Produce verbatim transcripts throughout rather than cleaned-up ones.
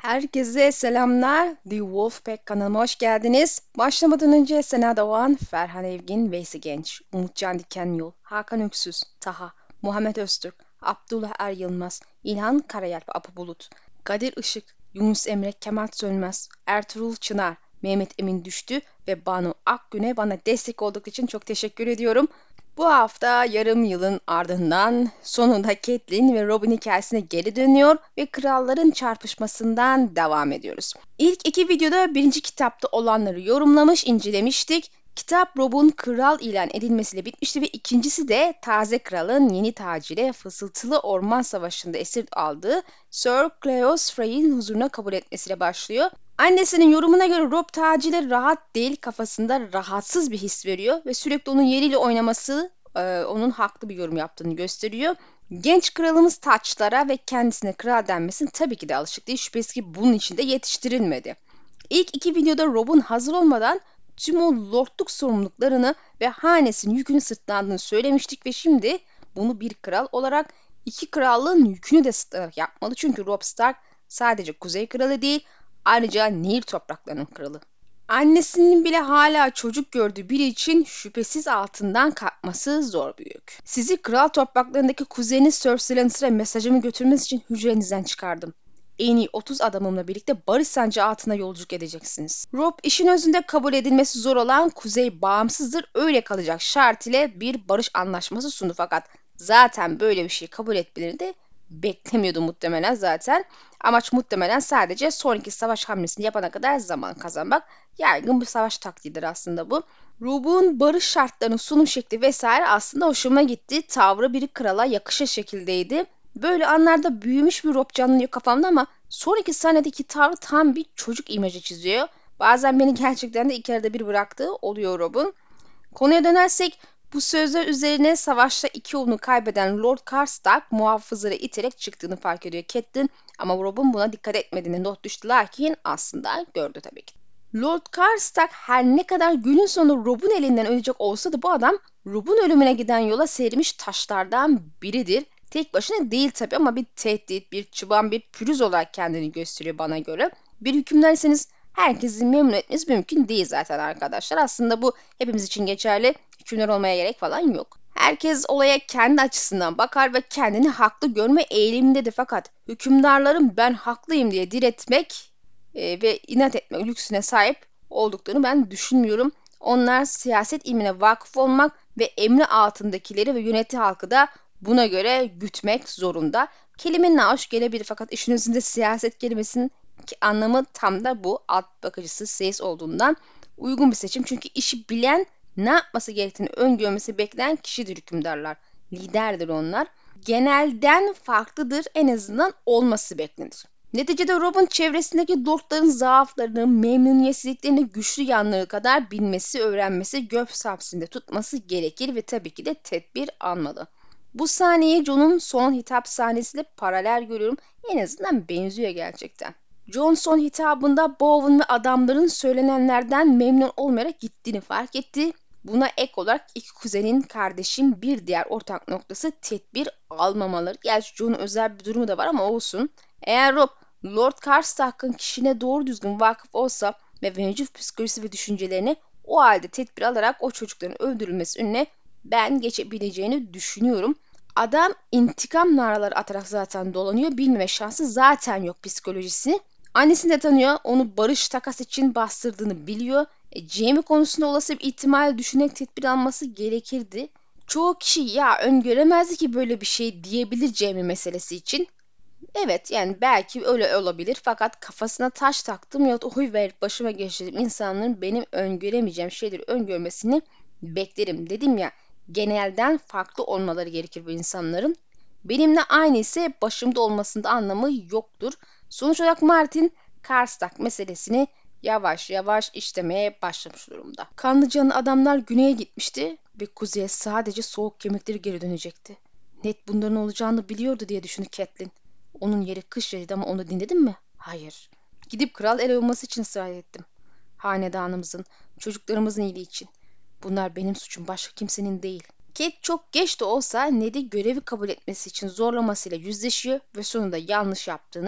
Herkese selamlar. The Wolfpack kanalıma hoş geldiniz. Başlamadan önce Sena Doğan, Ferhan Evgin, Veysi Genç, Umutcan Dikenyol, Hakan Öksüz, Taha, Muhammed Öztürk, Abdullah Er Yılmaz, İlhan Karayalp Apo Bulut, Kadir Işık, Yunus Emre Kemal Sönmez, Ertuğrul Çınar, Mehmet Emin Düştü ve Banu Akgün'e bana destek oldukları için çok teşekkür ediyorum. Bu hafta yarım yılın ardından sonunda Catelyn ve Robin hikayesine geri dönüyor ve kralların çarpışmasından devam ediyoruz. İlk iki videoda birinci kitapta olanları yorumlamış, incelemiştik. Kitap Rob'un kral ilan edilmesiyle bitmişti ve ikincisi de taze kralın yeni tacıyla fısıltılı orman savaşında esir aldığı Sir Cleos Frey'in huzuruna kabul etmesiyle başlıyor. Annesinin yorumuna göre Rob tacıyla rahat değil, kafasında rahatsız bir his veriyor ve sürekli onun yeriyle oynaması e, onun haklı bir yorum yaptığını gösteriyor. Genç kralımız taçlara ve kendisine kral denmesine tabii ki de alışık değil. Şüphesiz ki bunun için de yetiştirilmedi. İlk iki videoda Rob'un hazır olmadan tüm o lordluk sorumluluklarını ve hanesinin yükünü sırtlandığını söylemiştik ve şimdi bunu bir kral olarak iki krallığın yükünü de sırtlanarak yapmalı. Çünkü Robb Stark sadece Kuzey Kralı değil, ayrıca Nehir topraklarının kralı. Annesinin bile hala çocuk gördüğü biri için şüphesiz altından kalkması zor bir yük. Sizi kral topraklarındaki kuzeniniz Cersei Lannister'a mesajımı götürmeniz için hücrenizden çıkardım. En iyi otuz adamımla birlikte barış sancı altına yolculuk edeceksiniz. Robb işin özünde kabul edilmesi zor olan kuzey bağımsızdır, öyle kalacak şart ile bir barış anlaşması sundu fakat zaten böyle bir şey kabul etmelerini de beklemiyordu muhtemelen zaten. Amaç muhtemelen sadece sonraki savaş hamlesini yapana kadar zaman kazanmak. Yaygın bir savaş taktiğidir aslında bu. Robb'un barış şartlarının sunum şekli vesaire aslında hoşuma gitti. Tavrı bir krala yakışır şekildeydi. Böyle anlarda büyümüş bir Robb canlanıyor kafamda ama sonraki sahnedeki tavrı tam bir çocuk imajı çiziyor. Bazen beni gerçekten de iki arada bir bıraktığı oluyor Robb'un. Konuya dönersek bu sözler üzerine savaşta iki oğlunu kaybeden Lord Karstark muhafızları iterek çıktığını fark ediyor Catelyn ama Robb'un buna dikkat etmediğini not düştü lakin aslında gördü tabii ki. Lord Karstark her ne kadar günün sonunda Robb'un elinden ölecek olsa da bu adam Robb'un ölümüne giden yola sermiş taşlardan biridir. Tek başına değil tabii ama bir tehdit, bir çıban, bir pürüz olarak kendini gösteriyor bana göre. Bir hükümdarseniz herkesi memnun etmeniz mümkün değil zaten arkadaşlar. Aslında bu hepimiz için geçerli. Hükümdar olmaya gerek falan yok. Herkes olaya kendi açısından bakar ve kendini haklı görme eğilimindedir. Fakat hükümdarların ben haklıyım diye diretmek e, ve inat etme lüksüne sahip olduklarını ben düşünmüyorum. Onlar siyaset ilmine vakıf olmak ve emri altındakileri ve yönetici halkı da buna göre gütmek zorunda. Kelimenin hoş gelebilir fakat işin özünde siyaset kelimesinin anlamı tam da bu, alt bakıcısı seyis olduğundan uygun bir seçim. Çünkü işi bilen, ne yapması gerektiğini öngörmesi beklenen kişidir hükümdarlar. Liderdir onlar. Genelden farklıdır, en azından olması beklenir. Neticede Robb'un çevresindeki lordların zaaflarını, memnuniyetsizliklerini güçlü yanları kadar bilmesi, öğrenmesi, göz hapsinde tutması gerekir ve tabii ki de tedbir almalı. Bu sahneyi Jon'un son hitap sahnesiyle paralel görüyorum. En azından benziyor gerçekten. Jon son hitabında Bowen ve adamların söylenenlerden memnun olmayarak gittiğini fark etti. Buna ek olarak iki kuzenin kardeşin bir diğer ortak noktası tedbir almamaları. Gerçi Jon'un özel bir durumu da var ama olsun. Eğer Robb Lord Karstark'ın kişine doğru düzgün vakıf olsa ve mevcut psikolojisi ve düşüncelerini o halde tedbir alarak o çocukların öldürülmesi önüne ben geçebileceğini düşünüyorum. Adam intikam naraları atarak zaten dolanıyor. Bilmeme şansı zaten yok psikolojisi. Annesini de tanıyor. Onu barış takas için bastırdığını biliyor. E, Jaime konusunda olası bir ihtimal düşünerek tedbir alması gerekirdi. Çoğu kişi ya öngöremezdi ki böyle bir şey diyebilir Jaime meselesi için. Evet yani belki öyle olabilir fakat kafasına taş taktım ya da oy verip başıma geçirdiğim insanların benim öngöremeyeceğim şeyleri öngörmesini beklerim. Dedim ya genelden farklı olmaları gerekir bu insanların. Benimle aynı ise başımda olmasında anlamı yoktur. Sonuç olarak Martin Karstark meselesini yavaş yavaş işlemeye başlamış durumda. Kanlıca'nın adamlar güneye gitmişti ve kuzeye sadece soğuk kemikleri geri dönecekti. Ned bunların olacağını biliyordu diye düşündü Catelyn. Onun yeri kış yeriydi ama onu dinledin mi? Hayır. Gidip kral el olması için ısrar ettim. Hanedanımızın, çocuklarımızın iyiliği için. Bunlar benim suçum, başka kimsenin değil. Kate çok geç de olsa Ned'i görevi kabul etmesi için zorlamasıyla yüzleşiyor ve sonunda yanlış yaptığını,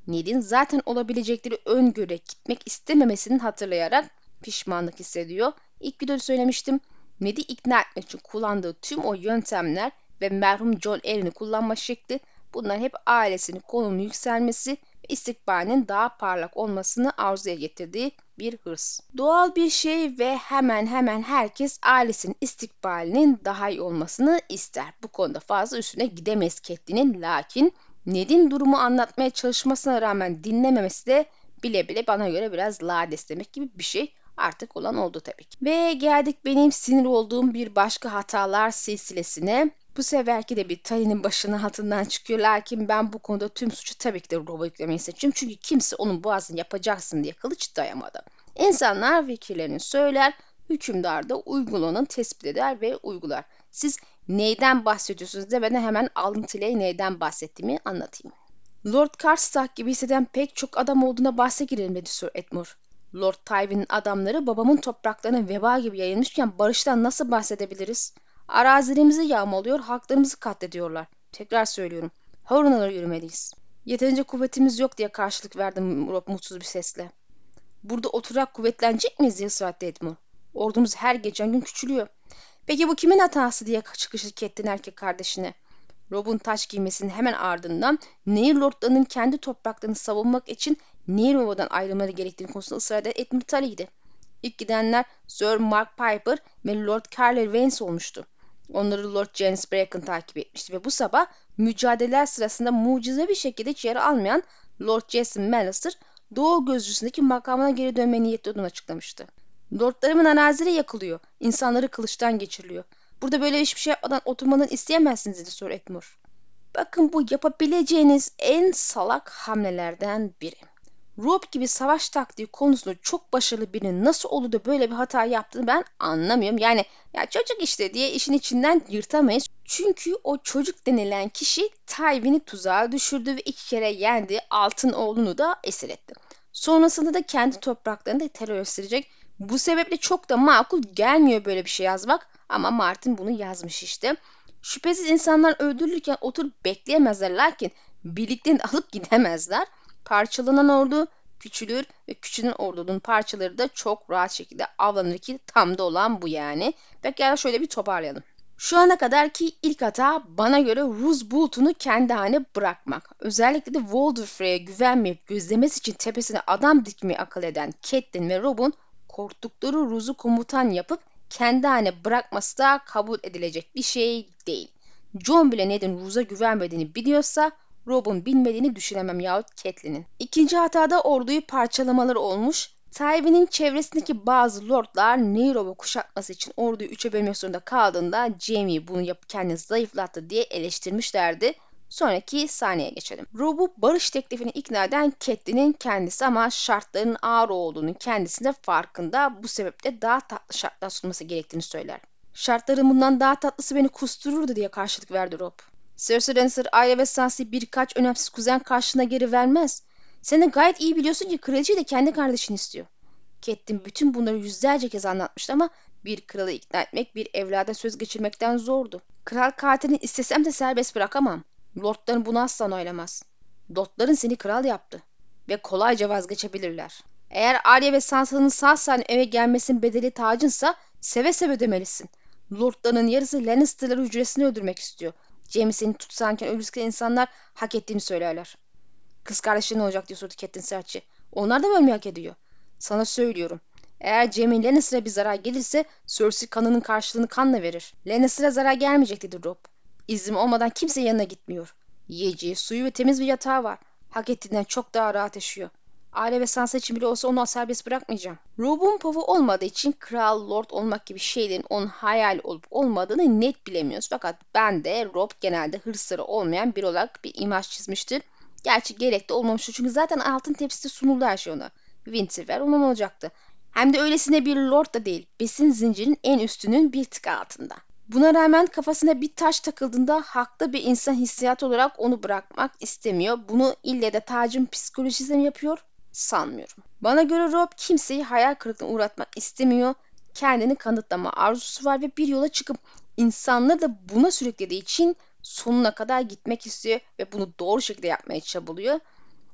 Ned'in zaten olabilecekleri öngörerek gitmek istememesini hatırlayarak pişmanlık hissediyor. İlk videoda söylemiştim. Ned'i ikna etmek için kullandığı tüm o yöntemler ve merhum John Aaron'ı kullanma şekli, bunlar hep ailesinin konumunu yükselmesi ve istikbalinin daha parlak olmasını arzuya getirdiği bir hırs. Doğal bir şey ve hemen hemen herkes ailesinin istikbalinin daha iyi olmasını ister. Bu konuda fazla üstüne gidemeyiz Catelyn'in, lakin Ned'in durumu anlatmaya çalışmasına rağmen dinlememesi de bile bile bana göre biraz lades demek gibi bir şey. Artık olan oldu tabii ki. Ve geldik benim sinir olduğum bir başka hatalar silsilesine. Bu seferki de bir Tully'nin başının altından çıkıyor. Lakin ben bu konuda tüm suçu tabii ki de Rob'a yüklemeyi seçiyorum. Çünkü kimse onun boğazını yapacaksın diye kılıç dayamadı. İnsanlar fikirlerini söyler, hükümdar da uygulananı tespit eder ve uygular. Siz neyden bahsediyorsunuz demeden hemen alıntıyla neyden bahsettiğimi anlatayım. Lord Karstark gibi hisseden pek çok adam olduğuna bahse girelim dedi Sir Edmure. Lord Tywin'in adamları babamın topraklarına veba gibi yayılmışken barıştan nasıl bahsedebiliriz? Arazilerimizi yağmalıyor, halklarımızı katlediyorlar. Tekrar söylüyorum, Harun'a yürümeliyiz. Yeterince kuvvetimiz yok diye karşılık verdim Rob mutsuz bir sesle. Burada oturarak kuvvetlenecek miyiz diye ısrar etti Edmure. Ordumuz her geçen gün küçülüyor. Peki bu kimin hatası diye çıkışık ettin erkek kardeşine. Rob'un taç giymesinin hemen ardından Nehir Lordlarının kendi topraklarını savunmak için Nehir Ova'dan ayrılmaları gerektiğini konusunda ısrar eden Edmure Tully'ydi. İlk gidenler Sir Mark Piper ve Lord Carler Vance olmuştu. Onları Lord James Bracken takip etmişti ve bu sabah mücadeleler sırasında mucize bir şekilde hiç yer almayan Lord Jason Mallister Doğu gözcüsündeki makamına geri dönme niyetli olduğunu açıklamıştı. Lordlarımın arazileri yakılıyor, insanları kılıçtan geçiriliyor. Burada böyle hiçbir şey yapmadan oturmanın isteyemezsiniz dedi Sir Edmure. Bakın bu yapabileceğiniz en salak hamlelerden biri. Rob gibi savaş taktiği konusunda çok başarılı birinin nasıl olur da böyle bir hata yaptığını ben anlamıyorum. Yani ya çocuk işte diye işin içinden yırtamayız. Çünkü o çocuk denilen kişi Tywin'i tuzağa düşürdü ve iki kere yendi, altın oğlunu da esir etti. Sonrasında da kendi topraklarını da terör estirecek. Bu sebeple çok da makul gelmiyor böyle bir şey yazmak. Ama Martin bunu yazmış işte. Şüphesiz insanlar öldürülürken oturup bekleyemezler, lakin birlikte alıp gidemezler. Parçalanan ordu küçülür ve küçülen ordunun parçaları da çok rahat şekilde avlanır ki tam da olan bu yani. Pekala şöyle bir toparlayalım. Şu ana kadar ki ilk hata bana göre Roose Bolton'u kendi haline bırakmak. Özellikle de Walder Frey'e güvenmeyip gözlemesi için tepesine adam dikmeyi akıl eden Catelyn ve Rob'un korktukları Roose'u komutan yapıp kendi haline bırakması da kabul edilecek bir şey değil. Jon bile Ned'in Roose'a güvenmediğini biliyorsa Rob'un bilmediğini düşünemem yahut Catelyn'in. İkinci hatada orduyu parçalamaları olmuş. Tywin'in çevresindeki bazı lordlar Nehir kuşatması için orduyu üçe bölmek zorunda kaldığında Jaime bunu yapıp kendini zayıflattı diye eleştirmişlerdi. Sonraki sahneye geçelim. Rob'u barış teklifini ikna eden Catelyn'in kendisi ama şartların ağır olduğunu kendisinde farkında. Bu sebeple daha tatlı şartlar sunması gerektiğini söyler. Şartların bundan daha tatlısı beni kustururdu diye karşılık verdi Rob. Cersei Lannister, Arya ve Sansa birkaç önemsiz kuzen karşına geri vermez. Sen de gayet iyi biliyorsun ki kraliçeyi de kendi kardeşini istiyor. Catelyn bütün bunları yüzlerce kez anlatmıştı ama bir kralı ikna etmek bir evlada söz geçirmekten zordu. Kral katilini istesem de serbest bırakamam. Lordların bunu asla onaylamaz. Lordların seni kral yaptı ve kolayca vazgeçebilirler. Eğer Arya ve Sansa'nın sağ salim eve gelmesinin bedeli tacınsa seve seve ödemelisin. Lordların yarısı Lannister'ları hücresini öldürmek istiyor. Jaime seni tutsarken ölürken insanlar hak ettiğini söylerler. Kız kardeşlerin olacak diye sordu Catelyn sertçe. Onlar da mı ölmeyi hak ediyor? Sana söylüyorum. Eğer Jaime'in Lannister'a bir zarar gelirse Cersei kanının karşılığını kanla verir. Lannister'a zarar gelmeyecek dedi Robb. İznim olmadan kimse yanına gitmiyor. Yiyeceği, suyu ve temiz bir yatağı var. Hak ettiğinden çok daha rahat yaşıyor. Aile ve Sansa için bile olsa onu serbest bırakmayacağım. Robb'un pavu olmadığı için kral, lord olmak gibi şeylerin onun hayal olup olmadığını net bilemiyoruz. Fakat ben de Robb genelde hırsları olmayan biri olarak bir imaj çizmiştir. Gerçi gerek de olmamıştı çünkü zaten altın tepside sunuldu her şey ona. Winterfell onun olacaktı. Hem de öylesine bir lord da değil. Besin zincirinin en üstünün bir tık altında. Buna rağmen kafasına bir taş takıldığında haklı bir insan hissiyat olarak onu bırakmak istemiyor. Bunu ille de tacın psikolojisine mi yapıyor? Sanmıyorum. Bana göre Robb kimseyi hayal kırıklığına uğratmak istemiyor. Kendini kanıtlama arzusu var ve bir yola çıkıp insanları da buna sürüklediği için sonuna kadar gitmek istiyor ve bunu doğru şekilde yapmaya çabalıyor.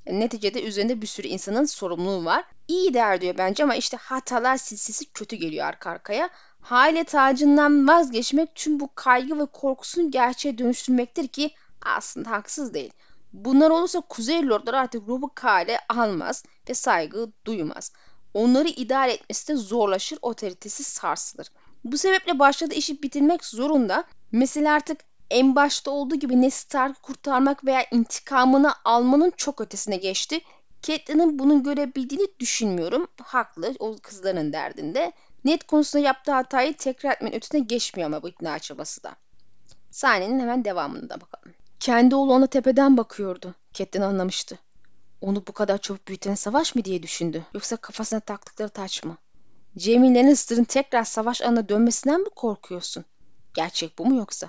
E, neticede üzerinde bir sürü insanın sorumluluğu var. İyi der diyor bence ama işte hatalar silsilesi kötü geliyor arka arkaya. Aile tacından vazgeçmek tüm bu kaygı ve korkusunu gerçeğe dönüştürmektir ki aslında haksız değil. Bunlar olursa Kuzey Lordları artık Rob'u kale almaz ve saygı duymaz. Onları idare etmesi de zorlaşır, otoritesi sarsılır. Bu sebeple başladığı işi bitirmek zorunda. Mesela artık en başta olduğu gibi Ned Stark'ı kurtarmak veya intikamını almanın çok ötesine geçti. Catelyn'in bunu görebildiğini düşünmüyorum. Haklı, o kızların derdinde. Ned konusunda yaptığı hatayı tekrar etmenin ötesine geçmiyor ama bu ikna çabası da. Sahnenin hemen devamında bakalım. Kendi oğlu ona tepeden bakıyordu. Catelyn anlamıştı. Onu bu kadar çabuk büyüten savaş mı diye düşündü. Yoksa kafasına taktıkları taç mı? Jaime Lannister'ın tekrar savaş alanına dönmesinden mi korkuyorsun? Gerçek bu mu yoksa?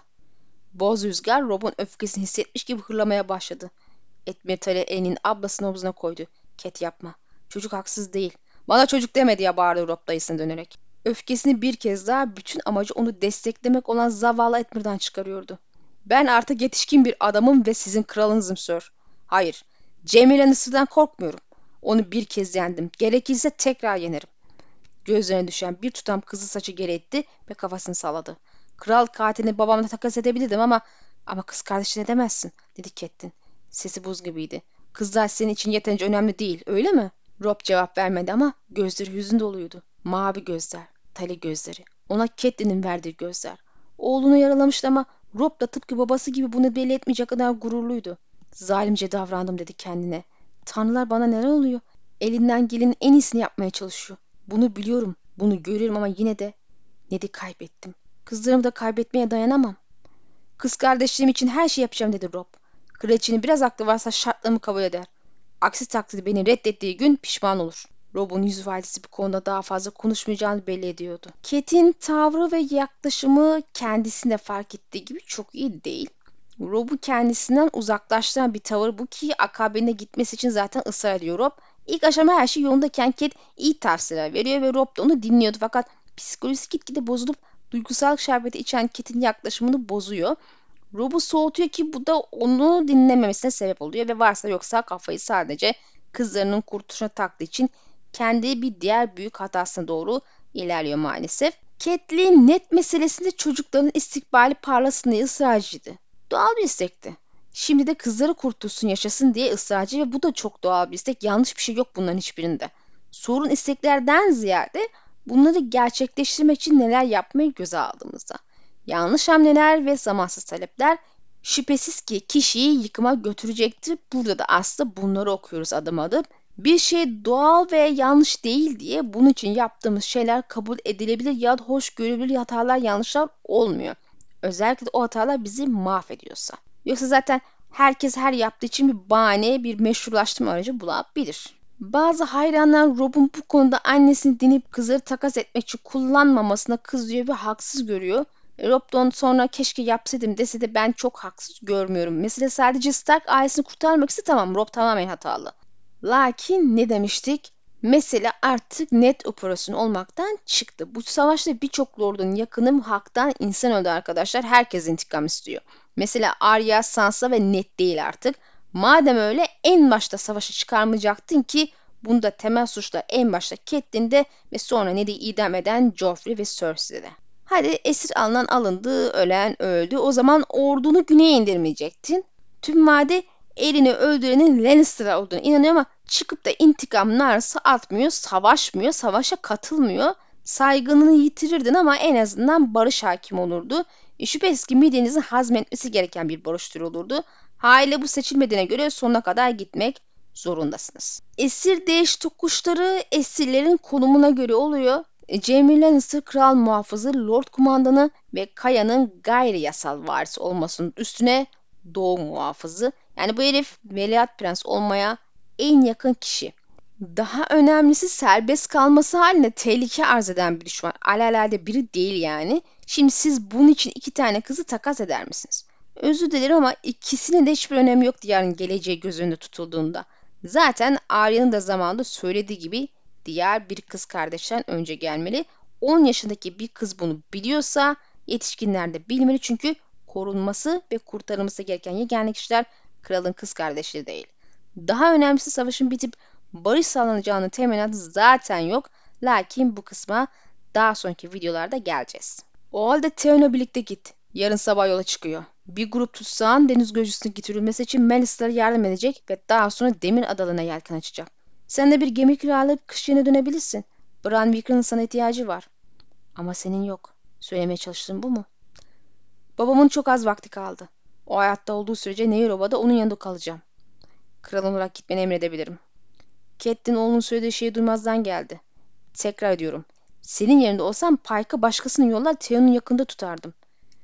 Boz rüzgar Rob'un öfkesini hissetmiş gibi hırlamaya başladı. Etmetali elinin ablasının omzuna koydu. Ket yapma. Çocuk haksız değil. Bana çocuk demedi ya, bağırdı Rob dayısına dönerek. Öfkesini bir kez daha bütün amacı onu desteklemek olan zavallı Edmund'dan çıkarıyordu. Ben artık yetişkin bir adamım ve sizin kralınızım Sir. Hayır. Jaime Lannister'dan korkmuyorum. Onu bir kez yendim. Gerekirse tekrar yenerim. Gözlerine düşen bir tutam kızıl saçı geri etti ve kafasını salladı. Kral katilini babamla takas edebilirdim ama ama kız kardeşine edemezsin, dedi Catelyn. Sesi buz gibiydi. Kızlar senin için yeterince önemli değil, öyle mi? Rob cevap vermedi ama gözleri hüzün doluydu. Mavi gözler, Tali gözleri. Ona Catelyn'in verdiği gözler. Oğlunu yaralamıştı ama Rob da tıpkı babası gibi bunu belli etmeyecek kadar gururluydu. Zalimce davrandım, dedi kendine. Tanrılar, bana neler oluyor? Elinden gelenin en iyisini yapmaya çalışıyor. Bunu biliyorum, bunu görüyorum ama yine de Ned'i kaybettim. Kızlarımı da kaybetmeye dayanamam. Kız kardeşlerim için her şey yapacağım, dedi Rob. Kraliçenin biraz aklı varsa şartlarımı kabul eder. Aksi takdirde beni reddettiği gün pişman olur. Rob'un yüz ifadesi bu konuda daha fazla konuşmayacağını belli ediyordu. Kate'in tavrı ve yaklaşımı kendisinde fark ettiği gibi çok iyi değil. Rob'u kendisinden uzaklaştıran bir tavır bu ki akabinde gitmesi için zaten ısrar ediyor Rob. İlk aşama her şey yolundayken Kate iyi tavsiyeler veriyor ve Rob da onu dinliyordu fakat psikolojisi gitgide bozulup duygusal şerbeti içen Kate'in yaklaşımını bozuyor. Rob'u soğutuyor ki bu da onu dinlememesine sebep oluyor ve varsa yoksa kafayı sadece kızlarının kurtuluşuna taktığı için kendi bir diğer büyük hatasına doğru ilerliyor maalesef. Catelyn net meselesinde çocukların istikbali parlasın diye ısrarcıydı. Doğal bir istekti. Şimdi de kızları kurtulsun, yaşasın diye ısrarcı ve bu da çok doğal bir istek. Yanlış bir şey yok bunların hiçbirinde. Sorun isteklerden ziyade bunları gerçekleştirmek için neler yapmayı göze aldığımızda. Yanlış hamleler ve zamansız talepler şüphesiz ki kişiyi yıkıma götürecektir. Burada da aslında bunları okuyoruz adım adım. Bir şey doğal ve yanlış değil diye bunun için yaptığımız şeyler kabul edilebilir ya da hoş görülebilir hatalar, yanlışlar olmuyor. Özellikle de o hatalar bizi mahvediyorsa. Yoksa zaten herkes her yaptığı için bir bahane, bir meşrulaştırma aracı bulabilir. Bazı hayranlar Rob'un bu konuda annesini dinleyip kızları takas etmek için kullanmamasına kızıyor ve haksız görüyor. Rob da onu sonra keşke yapsaydım dese de ben çok haksız görmüyorum. Mesela sadece Stark ailesini kurtarmak ise tamam, Rob tamamen hatalı. Lakin ne demiştik? Mesele artık net operasyon olmaktan çıktı. Bu savaşta birçok lordun yakını haktan insan öldü arkadaşlar. Herkes intikam istiyor. Mesela Arya, Sansa ve Ned değil artık. Madem öyle en başta savaşı çıkarmayacaktın ki bunda temel suçlar en başta Catelyn'de ve sonra Ned'i idam eden Joffrey ve Cersei'de. Hadi esir alınan alındı, ölen öldü. O zaman ordunu güneye indirmeyecektin. Tüm vade elini öldürenin Lannister olduğunu inanıyor ama çıkıp da intikam narsı atmıyor, savaşmıyor, savaşa katılmıyor. Saygınlığını yitirirdin ama en azından barış hakim olurdu. E, şüphesiz ki midenizin hazmetmesi gereken bir barış türü olurdu. Haliyle bu seçilmediğine göre sonuna kadar gitmek zorundasınız. Esir değiş tokuşları esirlerin konumuna göre oluyor. E, Jaime Lannister kral muhafızı, lord kumandanı ve Kaya'nın gayri yasal varisi olmasının üstüne doğu muhafızı. Yani bu herif veliaht prens olmaya en yakın kişi. Daha önemlisi serbest kalması halinde tehlike arz eden bir düşman. Alelade biri değil yani. Şimdi siz bunun için iki tane kızı takas eder misiniz? Özür dilerim ama ikisinin de hiçbir önemi yok yarın geleceği göz önünde tutulduğunda. Zaten Arya'nın da zamanında söylediği gibi diğer bir kız kardeşten önce gelmeli. on yaşındaki bir kız bunu biliyorsa yetişkinler de bilmeli çünkü korunması ve kurtarılması gereken yegane kişiler kralın kız kardeşleri değil. Daha önemlisi savaşın bitip barış sağlanacağının teminatı zaten yok. Lakin bu kısma daha sonraki videolarda geleceğiz. O halde Theon'la birlikte git. Yarın sabah yola çıkıyor. Bir grup tutsağın deniz gözcüsünün getirilmesi için Melisa'lara yardım edecek ve daha sonra Demir Adalı'na yelken açacak. Sen de bir gemi kiralayıp kış yerine dönebilirsin. Bran Weaker'ın sana ihtiyacı var. Ama senin yok. Söylemeye çalıştığım bu mu? Babamın çok az vakti kaldı. O hayatta olduğu sürece Nehir onun yanında kalacağım. Kral olarak gitmeni emredebilirim. Catelyn oğlunun söylediği şeyi duymazdan geldi. Tekrar ediyorum. Senin yerinde olsam Pike'ı başkasının yollar Theon'un yakında tutardım.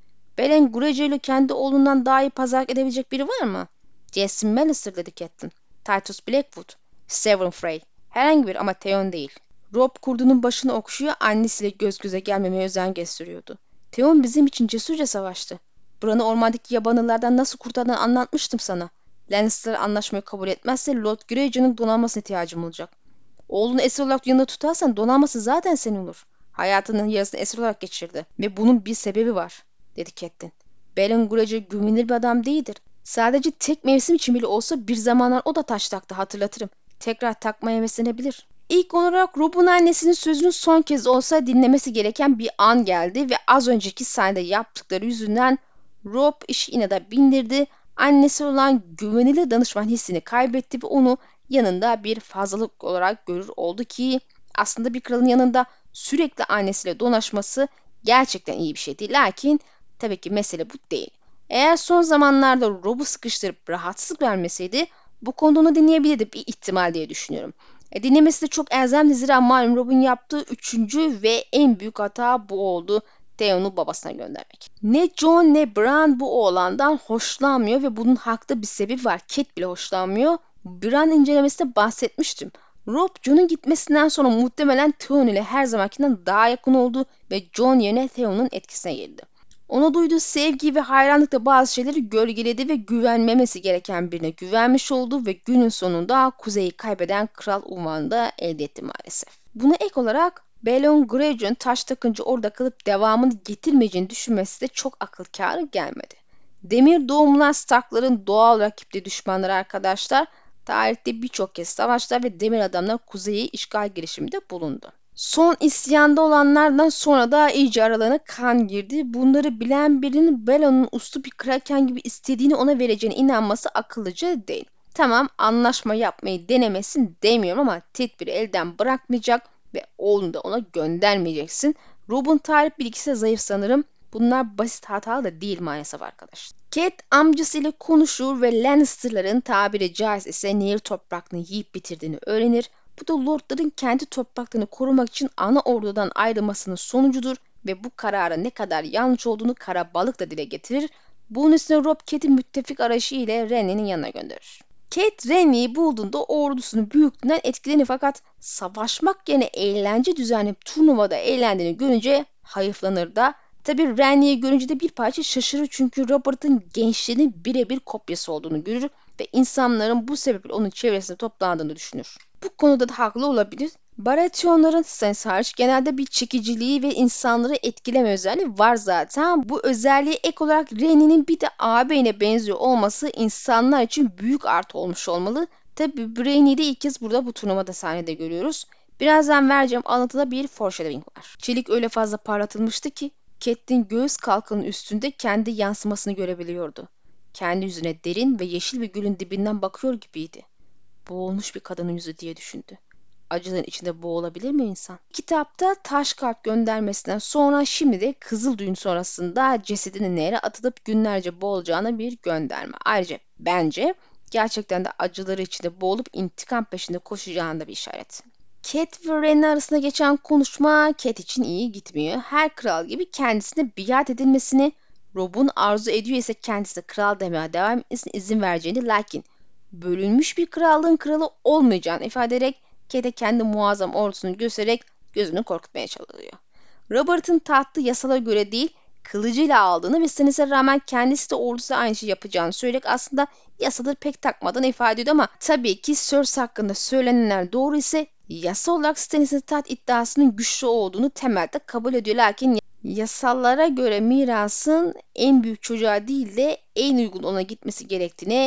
Beren Greyjoy ile kendi oğlundan daha iyi pazarlık edebilecek biri var mı? Jason Lannister dedi Catelyn. Titus Blackwood. Severin Frey. Herhangi bir ama Theon değil. Robb kurdunun başını okşuyor, annesiyle göz göze gelmemeye özen gösteriyordu. Theon bizim için cesurca savaştı. Bran'ı ormandaki yabanıllardan nasıl kurtardığını anlatmıştım sana. Lannister anlaşmayı kabul etmezse Lord Greyjoy'un donanmasına ihtiyacım olacak. Oğlunu esir olarak yanında tutarsan donanması zaten senin olur. Hayatının yarısını esir olarak geçirdi ve bunun bir sebebi var, dedi Catelyn. Balon Greyjoy güvenilir bir adam değildir. Sadece tek mevsim için bile olsa bir zamanlar o da taş taktı, hatırlatırım. Tekrar takmaya heveslenebilir. İlk olarak Robb'un annesinin sözünü son kez olsa dinlemesi gereken bir an geldi ve az önceki sahnede yaptıkları yüzünden Robb işi inada bindirdi. Annesi olan güvenilir danışman hissini kaybetti ve onu yanında bir fazlalık olarak görür oldu ki aslında bir kralın yanında sürekli annesiyle dolaşması gerçekten iyi bir şey değil. Lakin tabii ki mesele bu değil. Eğer son zamanlarda Robb'u sıkıştırıp rahatsızlık vermeseydi bu konuda onu dinleyebilirdi, bir ihtimal diye düşünüyorum. E, dinlemesi de çok elzemdi, zira malum Robb'un yaptığı üçüncü ve en büyük hata bu oldu. Theon'u babasına göndermek. Ne Jon ne Bran bu oğlandan hoşlanmıyor ve bunun haklı bir sebebi var. Cat bile hoşlanmıyor. Bran incelemesinde bahsetmiştim. Robb Jon'un gitmesinden sonra muhtemelen Theon ile her zamankinden daha yakın oldu ve Jon yerine Theon'un etkisine girdi. Ona duyduğu sevgi ve hayranlıkla bazı şeyleri gölgeledi ve güvenmemesi gereken birine güvenmiş oldu ve günün sonunda Kuzey'i kaybeden kral unvanını da elde etti maalesef. Buna ek olarak Balon Greyjoy'un taş takınca orada kalıp devamını getirmeyeceğini düşünmesi de çok akıl kârı gelmedi. Demir doğumlular Stark'ların doğal rakipli düşmanları arkadaşlar. Tarihte birçok kez savaşlar ve demir adamlar kuzeyi işgal girişiminde bulundu. Son isyanda olanlardan sonra da iyice aralarına kan girdi. Bunları bilen birinin Bella'nın uslu bir kraken gibi istediğini ona vereceğine inanması akıllıca değil. Tamam, anlaşma yapmayı denemesin demiyorum ama tedbiri elden bırakmayacak ve oğlunu da ona göndermeyeceksin. Robb'un tarih bilgisi zayıf sanırım. Bunlar basit hatalı da değil maalesef arkadaşlar. Cat amcasıyla konuşur ve Lannister'ların tabiri caizse nehir topraklarını yiyip bitirdiğini öğrenir. Bu da lordların kendi topraklarını korumak için ana ordudan ayrılmasının sonucudur ve bu kararın ne kadar yanlış olduğunu kara balık da dile getirir. Bunun üstüne Robb Cat'i müttefik arayışı ile Renly'nin yanına gönderir. Cat Renly'yi bulduğunda ordusunun büyüklüğünden etkilenir fakat savaşmak yerine eğlence düzenleyip turnuvada eğlendiğini görünce hayıflanır da. Tabi Renly'yi görünce de bir parça şaşırır çünkü Robert'ın gençliğinin birebir kopyası olduğunu görür ve insanların bu sebeple onun çevresinde toplandığını düşünür. Bu konuda da haklı olabilir. Baratheonların Stannis hariç genelde bir çekiciliği ve insanları etkileme özelliği var zaten. Bu özelliğe ek olarak Renly'nin bir de ağabeyine benziyor olması insanlar için büyük artı olmuş olmalı. Tabi Renly'yi de ilk kez burada bu turnuvada sahnede görüyoruz. Birazdan vereceğim anlatıda bir foreshadowing var. Çelik öyle fazla parlatılmıştı ki Catelyn göğüs kalkanının üstünde kendi yansımasını görebiliyordu. Kendi yüzüne derin ve yeşil bir gülün dibinden bakıyor gibiydi. Boğulmuş bir kadının yüzü diye düşündü. Acının içinde boğulabilir mi insan? Kitapta taş kalp göndermesinden sonra şimdi de kızıl düğün sonrasında cesedini nehre atılıp günlerce boğulacağına bir gönderme. Ayrıca bence gerçekten de acıları içinde boğulup intikam peşinde koşacağına da bir işaret. Cat ve Renly arasında geçen konuşma Cat için iyi gitmiyor. Her kral gibi kendisine biat edilmesini, Robb'un arzu ediyor ise kendisine kral demeye devam etmesine izin vereceğini, lakin bölünmüş bir krallığın kralı olmayacağını ifade ederek Cat'e kendi muazzam ordusunu göstererek gözünü korkutmaya çalışıyor. Robert'ın tahtı yasala göre değil, kılıcıyla aldığını ve Stannis'e rağmen kendisi de ordusu aynı şeyi yapacağını söyleyerek aslında yasaları pek takmadan ifade ediyor ama tabii ki Cersei hakkında söylenenler doğru ise yasa olarak Stannis'in taht iddiasının güçlü olduğunu temelde kabul ediyor. Lakin yasalara göre mirasın en büyük çocuğa değil de en uygun ona gitmesi gerektiğine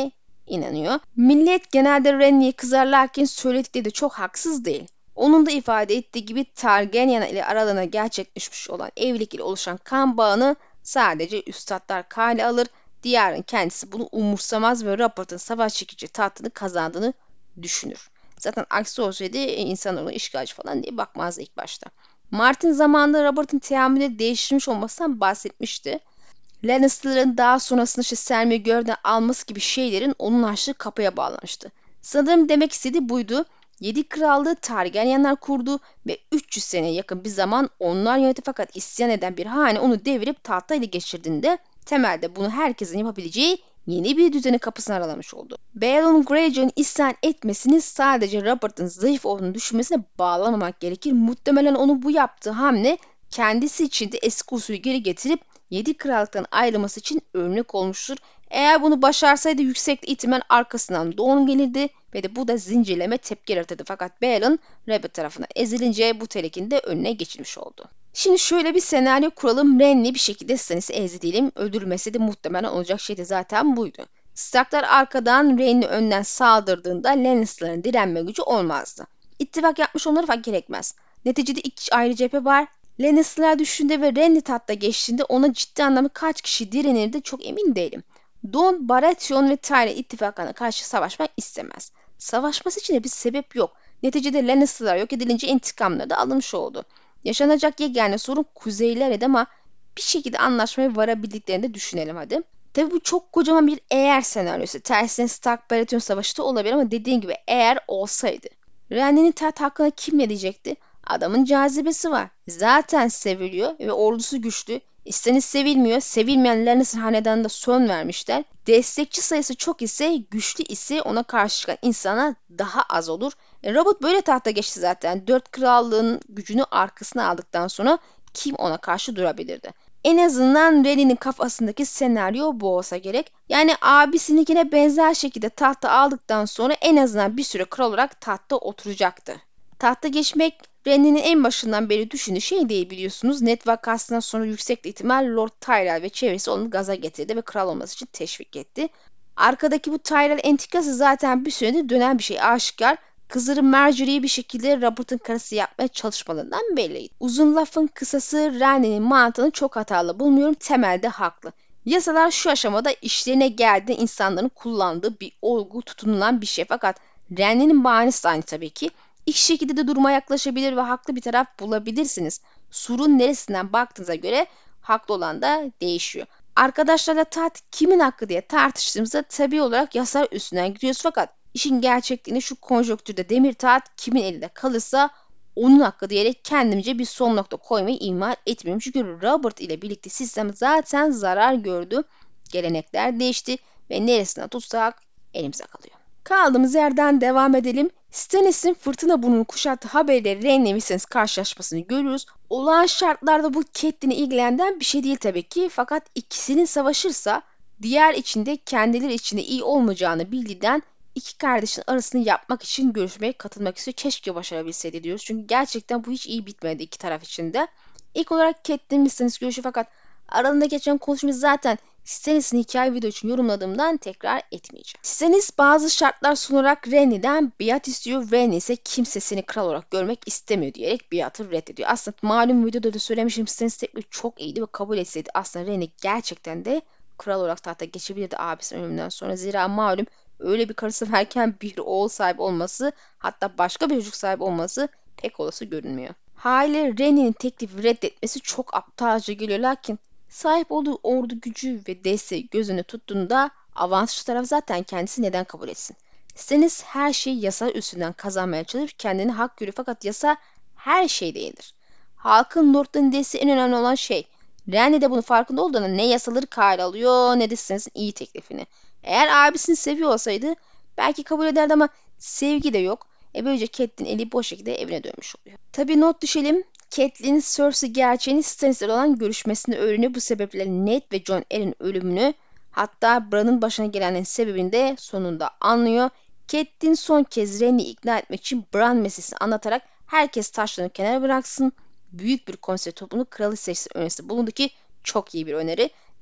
inanıyor. Millet genelde Renly'e kızarlarken söyledikleri de çok haksız değil. Onun da ifade ettiği gibi Targaryen ile aralarına gerçekleşmiş olan evlilik ile oluşan kan bağını sadece üstatlar kale alır. Diyarın kendisi bunu umursamaz ve Robert'ın savaş çekici tahtını kazandığını düşünür. Zaten aksi olsaydı e, insanlar ona işgalci falan diye bakmazdı ilk başta. Martin zamanında Robert'ın teamülleri değiştirmiş olmasından bahsetmişti. Lannister'ların daha sonrasında işte Selma'yı görevden alması gibi şeylerin onun açtığı kapıya bağlanmıştı. Sanırım demek istediği buydu. Yedi krallığı Targaryenler kurdu ve üç yüz seneye yakın bir zaman onlar yönetti fakat isyan eden bir hane onu devirip tahta ele geçirdiğinde temelde bunu herkesin yapabileceği yeni bir düzenin kapısını aralamış oldu. Balon Greyjoy'un isyan etmesini sadece Robert'ın zayıf olduğunu düşünmesine bağlamamak gerekir. Muhtemelen onun bu yaptığı hamle kendisi için de eski usulü geri getirip yedi krallıktan ayrılması için örnek olmuştur. Eğer bunu başarsaydı yüksek ihtimal arkasından Dawn gelirdi ve de bu da zincirleme tepki yaratırdı. Fakat Balon Robert tarafından ezilince bu tehlikin de önüne geçilmiş oldu. Şimdi şöyle bir senaryo kuralım. Renly bir şekilde Stannis'i ezdiğim öldürülmesi de muhtemelen olacak şey de zaten buydu. Starklar arkadan Renly önden saldırdığında Lannister'ların direnme gücü olmazdı. İttifak yapmış onları fark gerekmez. Neticede iki ayrı cephe var. Lannister'lar düşündüğünde ve Renly tahta geçtiğinde ona ciddi anlamda kaç kişi direnirdi çok emin değilim. Don, Baratheon ve Tyrell ittifaklarına karşı savaşmak istemez. Savaşması için de bir sebep yok. Neticede Lannister'lar yok edilince intikamları da alınmış oldu. Yaşanacak yegane sorun kuzeylerdi ama bir şekilde anlaşmaya varabildiklerini de düşünelim hadi. Tabi bu çok kocaman bir eğer senaryosu. Tersine Stark-Baratheon savaşı da olabilir ama dediğim gibi eğer olsaydı. Renly'nin taht hakkında kim ne diyecekti? Adamın cazibesi var. Zaten seviliyor ve ordusu güçlü. Stannis sevilmiyor. Sevilmeyen Lannister hanedanında son vermişler. Destekçi sayısı çok ise güçlü ise ona karşı çıkan insana daha az olur. E, Robert böyle tahta geçti zaten. Dört krallığın gücünü arkasına aldıktan sonra kim ona karşı durabilirdi? En azından Renly'nin kafasındaki senaryo bu olsa gerek. Yani abisininkine benzer şekilde tahta aldıktan sonra en azından bir süre kral olarak tahta oturacaktı. Tahta geçmek Renly'nin en başından beri düşündüğü şey değil biliyorsunuz. Ned vakasından sonra yüksek ihtimal Lord Tyrell ve çevresi onu gaza getirdi ve kral olması için teşvik etti. Arkadaki bu Tyrell entrikası zaten bir süredir dönen bir şey aşikar. Kızları Marjorie'yi bir şekilde Robert'ın karısı yapmaya çalışmalarından belliydi. Uzun lafın kısası Renly'nin mantığını çok hatalı bulmuyorum. Temelde haklı. Yasalar şu aşamada işlerine geldiğinde insanların kullandığı bir olgu tutunulan bir şey. Fakat Renly'nin bahanesi de aynı tabii ki. İki şekilde de duruma yaklaşabilir ve haklı bir taraf bulabilirsiniz. Surun neresinden baktığınıza göre haklı olan da değişiyor. Arkadaşlarla taht kimin hakkı diye tartıştığımızda tabii olarak yasalar üstünden gidiyoruz fakat işin gerçekliğini şu konjonktürde demir taht kimin elinde kalırsa onun hakkı diyerek kendimce bir son nokta koymayı ihmal etmiyorum. Çünkü Robert ile birlikte sistem zaten zarar gördü. Gelenekler değişti ve neresinden tutsak elimize kalıyor. Kaldığımız yerden devam edelim. Stannis'in fırtına burnunu kuşattığı haberiyle Renly ve Stannis karşılaşmasını görüyoruz. Olağan şartlarda bu Catelyn'i ilgilenen bir şey değil tabii ki. Fakat ikisinin savaşırsa diğer içinde kendileri içinde iyi olmayacağını bildiğinden iki kardeşin arasını yapmak için görüşmeye katılmak istiyor. Keşke başarabilseydi diyoruz. Çünkü gerçekten bu hiç iyi bitmedi iki taraf için de. İlk olarak Catelyn ve Stannis görüşü fakat aralarında geçen konuşma zaten Stannis'in hikaye video için yorumladığımdan tekrar etmeyeceğim. Stannis bazı şartlar sunarak Renly'den biat istiyor. Renly ise kimsesini kral olarak görmek istemiyor diyerek biatı reddediyor. Aslında malum videoda da söylemişim Stannis teklifi çok iyiydi ve kabul etseydi aslında Renly gerçekten de kral olarak tahta geçebilirdi abisinin ölümünden sonra. Zira malum öyle bir karısı varken bir oğul sahibi olması hatta başka bir çocuk sahibi olması pek olası görünmüyor. Haliyle Renly'nin teklifi reddetmesi çok aptalca geliyor lakin sahip olduğu ordu gücü ve desteği gözünü tuttuğunda avantajlı taraf zaten kendisi neden kabul etsin? Stannis her şeyi yasa üstünden kazanmaya çalışıp kendini hak görüyor fakat yasa her şey değildir. Halkın Lord'ların desteği en önemli olan şey. Renly de bunun farkında olduğunda ne yasaları kale alıyor ne de Stannis'in iyi teklifini. Eğer abisini seviyor olsaydı belki kabul ederdi ama sevgi de yok. E böylece Catelyn eli boş şekilde evine dönmüş oluyor. Tabi not düşelim. Catelyn, Cersei gerçeğini Stannis'le olan görüşmesini öğreniyor. Bu sebeple Ned ve Jon Arryn'in ölümünü hatta Bran'ın başına gelenlerin sebebini de sonunda anlıyor. Catelyn son kez Renly'i ikna etmek için Bran meselesini anlatarak herkes taşlarını kenara bıraksın. Büyük bir konsey topluluğunu kralı seçsin önerisi bulundu ki çok iyi bir öneri.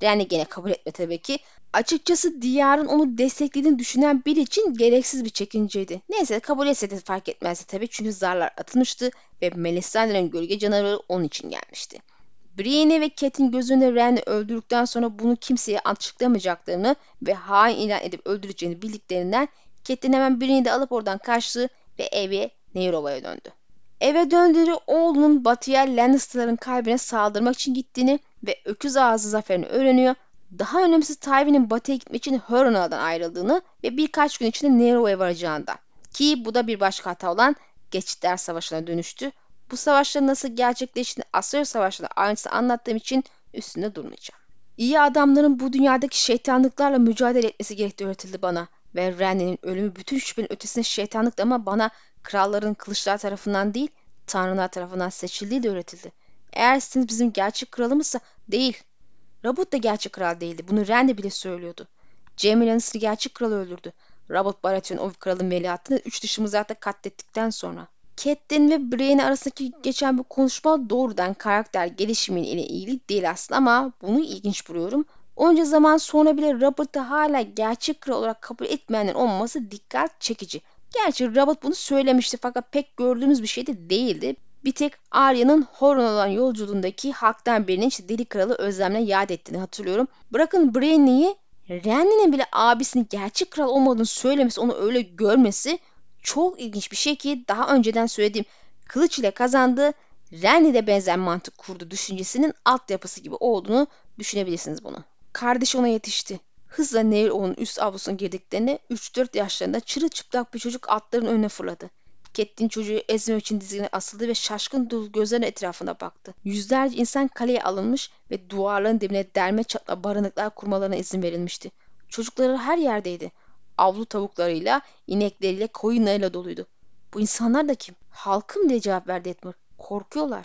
Renly gene kabul etme tabii ki. Açıkçası Diyar'ın onu desteklediğini düşünen biri için gereksiz bir çekinceydi. Neyse kabul etse de fark etmezdi tabii çünkü zarlar atılmıştı ve Melisandre'nin gölge canavarı onun için gelmişti. Brienne ve Catelyn göz önünde Renly öldürdükten sonra bunu kimseye açıklamayacaklarını ve hain ilan edip öldüreceğini bildiklerinden Catelyn hemen Brienne'i de alıp oradan kaçtı ve eve Nairova'ya döndü. Eve döndüğü oğlunun batıya Lannister'ların kalbine saldırmak için gittiğini ve öküz ağzı zaferini öğreniyor. Daha önemlisi Tywin'in batıya gitmek için Harrenhal'dan ayrıldığını ve birkaç gün içinde Nairova'ya varacağında. Ki bu da bir başka hata olan Geçitler Savaşı'na dönüştü. Bu savaşların nasıl gerçekleştiğini Asur Savaşı'nda ayrıntısı anlattığım için üstünde durmayacağım. İyi adamların bu dünyadaki şeytanlıklarla mücadele etmesi gerektiği öğretildi bana. Ve Renly'nin ölümü bütün şüphenin ötesinde şeytanlıktı ama bana kralların kılıçlar tarafından değil, tanrılar tarafından seçildiği de öğretildi. Eğer siz bizim gerçek kralımızsa değil. Robert da gerçek kral değildi. Bunu Renly bile söylüyordu. Jaime Lannister gerçek kralı öldürdü. Robert Baratheon o kralın veliahtını üç dışımızı hatta katlettikten sonra. Catelyn ve Brienne arasındaki geçen bir konuşma doğrudan karakter gelişimi ile ilgili değil aslında ama bunu ilginç buluyorum. Onca zaman sonra bile Robert'ı hala gerçek kral olarak kabul etmeyenlerin olmaması dikkat çekici. Gerçi Robert bunu söylemişti fakat pek gördüğümüz bir şey de değildi. Bir tek Arya'nın Horon olan yolculuğundaki halktan birinin işte Deli Kralı Özlem'le yad ettiğini hatırlıyorum. Bırakın Brienne'yi, Renly'nin bile abisinin gerçek kral olmadığını söylemesi, onu öyle görmesi çok ilginç bir şey ki daha önceden söylediğim kılıç ile kazandığı Renly de benzer mantık kurdu düşüncesinin altyapısı gibi olduğunu düşünebilirsiniz bunu. Kardeş ona yetişti. Hızla Nehir onun üst avlusuna girdiklerinde üç dört yaşlarında çırılçıplak bir çocuk atların önüne fırladı. Catelyn çocuğu ezmek için dizine asıldı ve şaşkın dolu gözlerinin etrafına baktı. Yüzlerce insan kaleye alınmış ve duvarların dibine derme çatma barınaklar kurmalarına izin verilmişti. Çocukları her yerdeydi. Avlu tavuklarıyla, inekleriyle, koyunlarıyla doluydu. Bu insanlar da kim? Halkım diye cevap verdi Edmund. Korkuyorlar.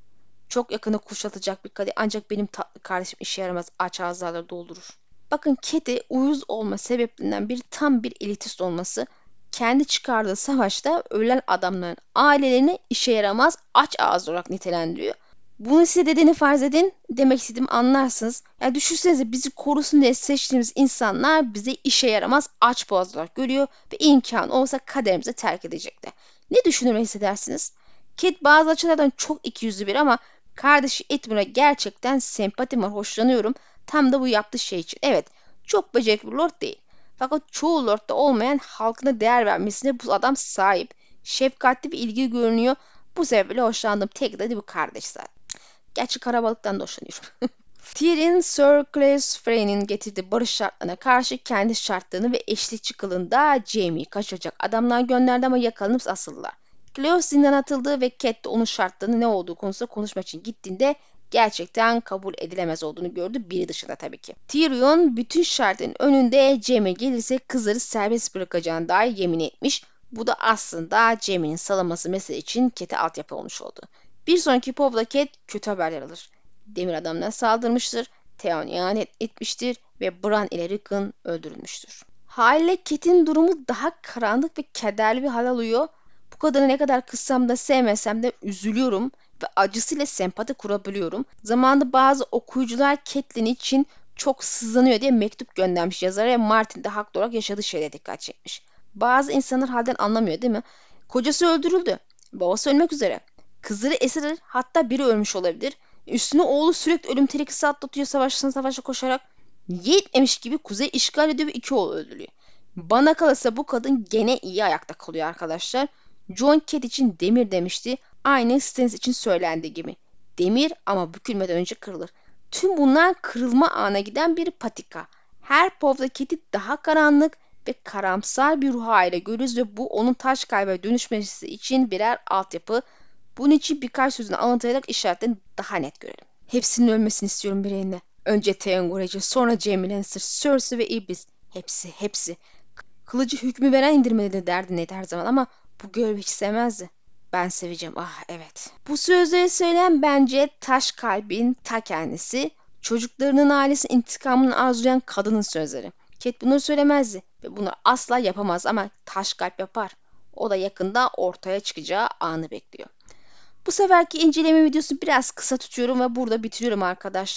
Çok yakında kuşatacak bir kadeh ancak benim tatlı kardeşim işe yaramaz aç ağızlarla doldurur. Bakın Kedi uyuz olma sebeplerinden bir tam bir elitist olması, kendi çıkardığı savaşta ölen adamların ailelerini işe yaramaz aç ağız olarak nitelendiriyor. Bunu size dediğini farz edin, demek istediğimi anlarsınız. Yani düşünsenize bizi korusun diye seçtiğimiz insanlar bize işe yaramaz aç boğaz olarak görüyor ve imkan olsa kaderimize terk edecekler. Ne düşünür ve hissedersiniz? Kit bazı açılardan çok ikiyüzlü bir ama kardeşi Edmund'a gerçekten sempatim var, hoşlanıyorum. Tam da bu yaptığı şey için. Evet, çok becerikli bir lord değil. Fakat çoğu lordda olmayan halkına değer vermesine bu adam sahip. Şefkatli bir ilgi görünüyor. Bu sebeple hoşlandığım tek de bu kardeş zaten. Gerçi karabalıktan da hoşlanıyorum. Tyrion, Sir Cleos Frey'nin getirdiği barış şartlarına karşı kendi şartlarını ve eşlikçi kılığında Jaime'yi kaçıracak adamlar gönderdi ama yakalanıp asıldılar. Cleos zindan atıldı ve Cat de onun şartlarının ne olduğu konusunda konuşmak için gittiğinde gerçekten kabul edilemez olduğunu gördü, biri dışında tabii ki. Tyrion bütün şartların önünde Jaime gelirse kızları serbest bırakacağına dair yemin etmiş. Bu da aslında Jaime'nin salınması mesele için Cat'e altyapı olmuş oldu. Bir sonraki povda Cat kötü haberler alır. Demir adamlar saldırmıştır, Theon ihanet etmiştir ve Bran ile Rickon öldürülmüştür. Haliyle Cat'in durumu daha karanlık ve kederli bir hal alıyor. Bu kadını ne kadar kızsam da sevmesem de üzülüyorum ve acısıyla sempati kurabiliyorum. Zamanında bazı okuyucular Catelyn için çok sızlanıyor diye mektup göndermiş yazara ve Martin de haklı olarak yaşadığı şeylere dikkat çekmiş. Bazı insanlar halden anlamıyor değil mi? Kocası öldürüldü. Babası ölmek üzere. Kızları esir alır, hatta biri ölmüş olabilir. Üstüne oğlu sürekli ölüm tehlikesi atlatıyor savaştan savaşa koşarak. Yetmemiş gibi kuzey işgal ediyor ve iki oğlu öldürüyor. Bana kalırsa bu kadın gene iyi ayakta kalıyor arkadaşlar. Jon Cat için demir demişti. Aynı Stannis için söylendiği gibi. Demir ama bükülmeden önce kırılır. Tüm bunlar kırılma anına giden bir patika. Her povda Cat'i daha karanlık ve karamsar bir ruh haliyle görürüz ve bu onun taş kalbe dönüşmesi için birer altyapı. Bunun için birkaç sözünü anlatarak işaretlerini daha net görelim. Hepsinin ölmesini istiyorum bireyle. Önce Theon Greyjoy, sonra Jaime Lannister, Cersei ve Iblis. Hepsi, hepsi. Kılıcı hükmü veren indirmeli de derdi neydi her zaman ama bu görevi hiç sevmezdi. Ben seveceğim, ah evet. Bu sözleri söyleyen bence taş kalbin ta kendisi, çocuklarının ailesi intikamını arzulayan kadının sözleri. Cat bunları söylemezdi ve bunu asla yapamaz ama taş kalp yapar. O da yakında ortaya çıkacağı anı bekliyor. Bu seferki inceleme videosunu biraz kısa tutuyorum ve burada bitiriyorum arkadaşlar.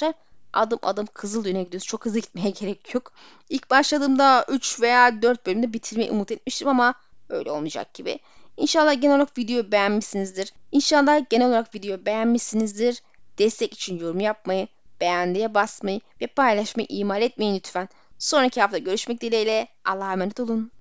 adım adım Kızıldönü'ne gidiyoruz. Çok hızlı gitmeye gerek yok. İlk başladığımda üç veya dört bölümde bitirmeyi umut etmiştim ama öyle olmayacak gibi. İnşallah genel olarak videoyu beğenmişsinizdir. İnşallah genel olarak videoyu beğenmişsinizdir. Destek için yorum yapmayı, beğendiye basmayı ve paylaşmayı ihmal etmeyin lütfen. Sonraki hafta görüşmek dileğiyle. Allah'a emanet olun.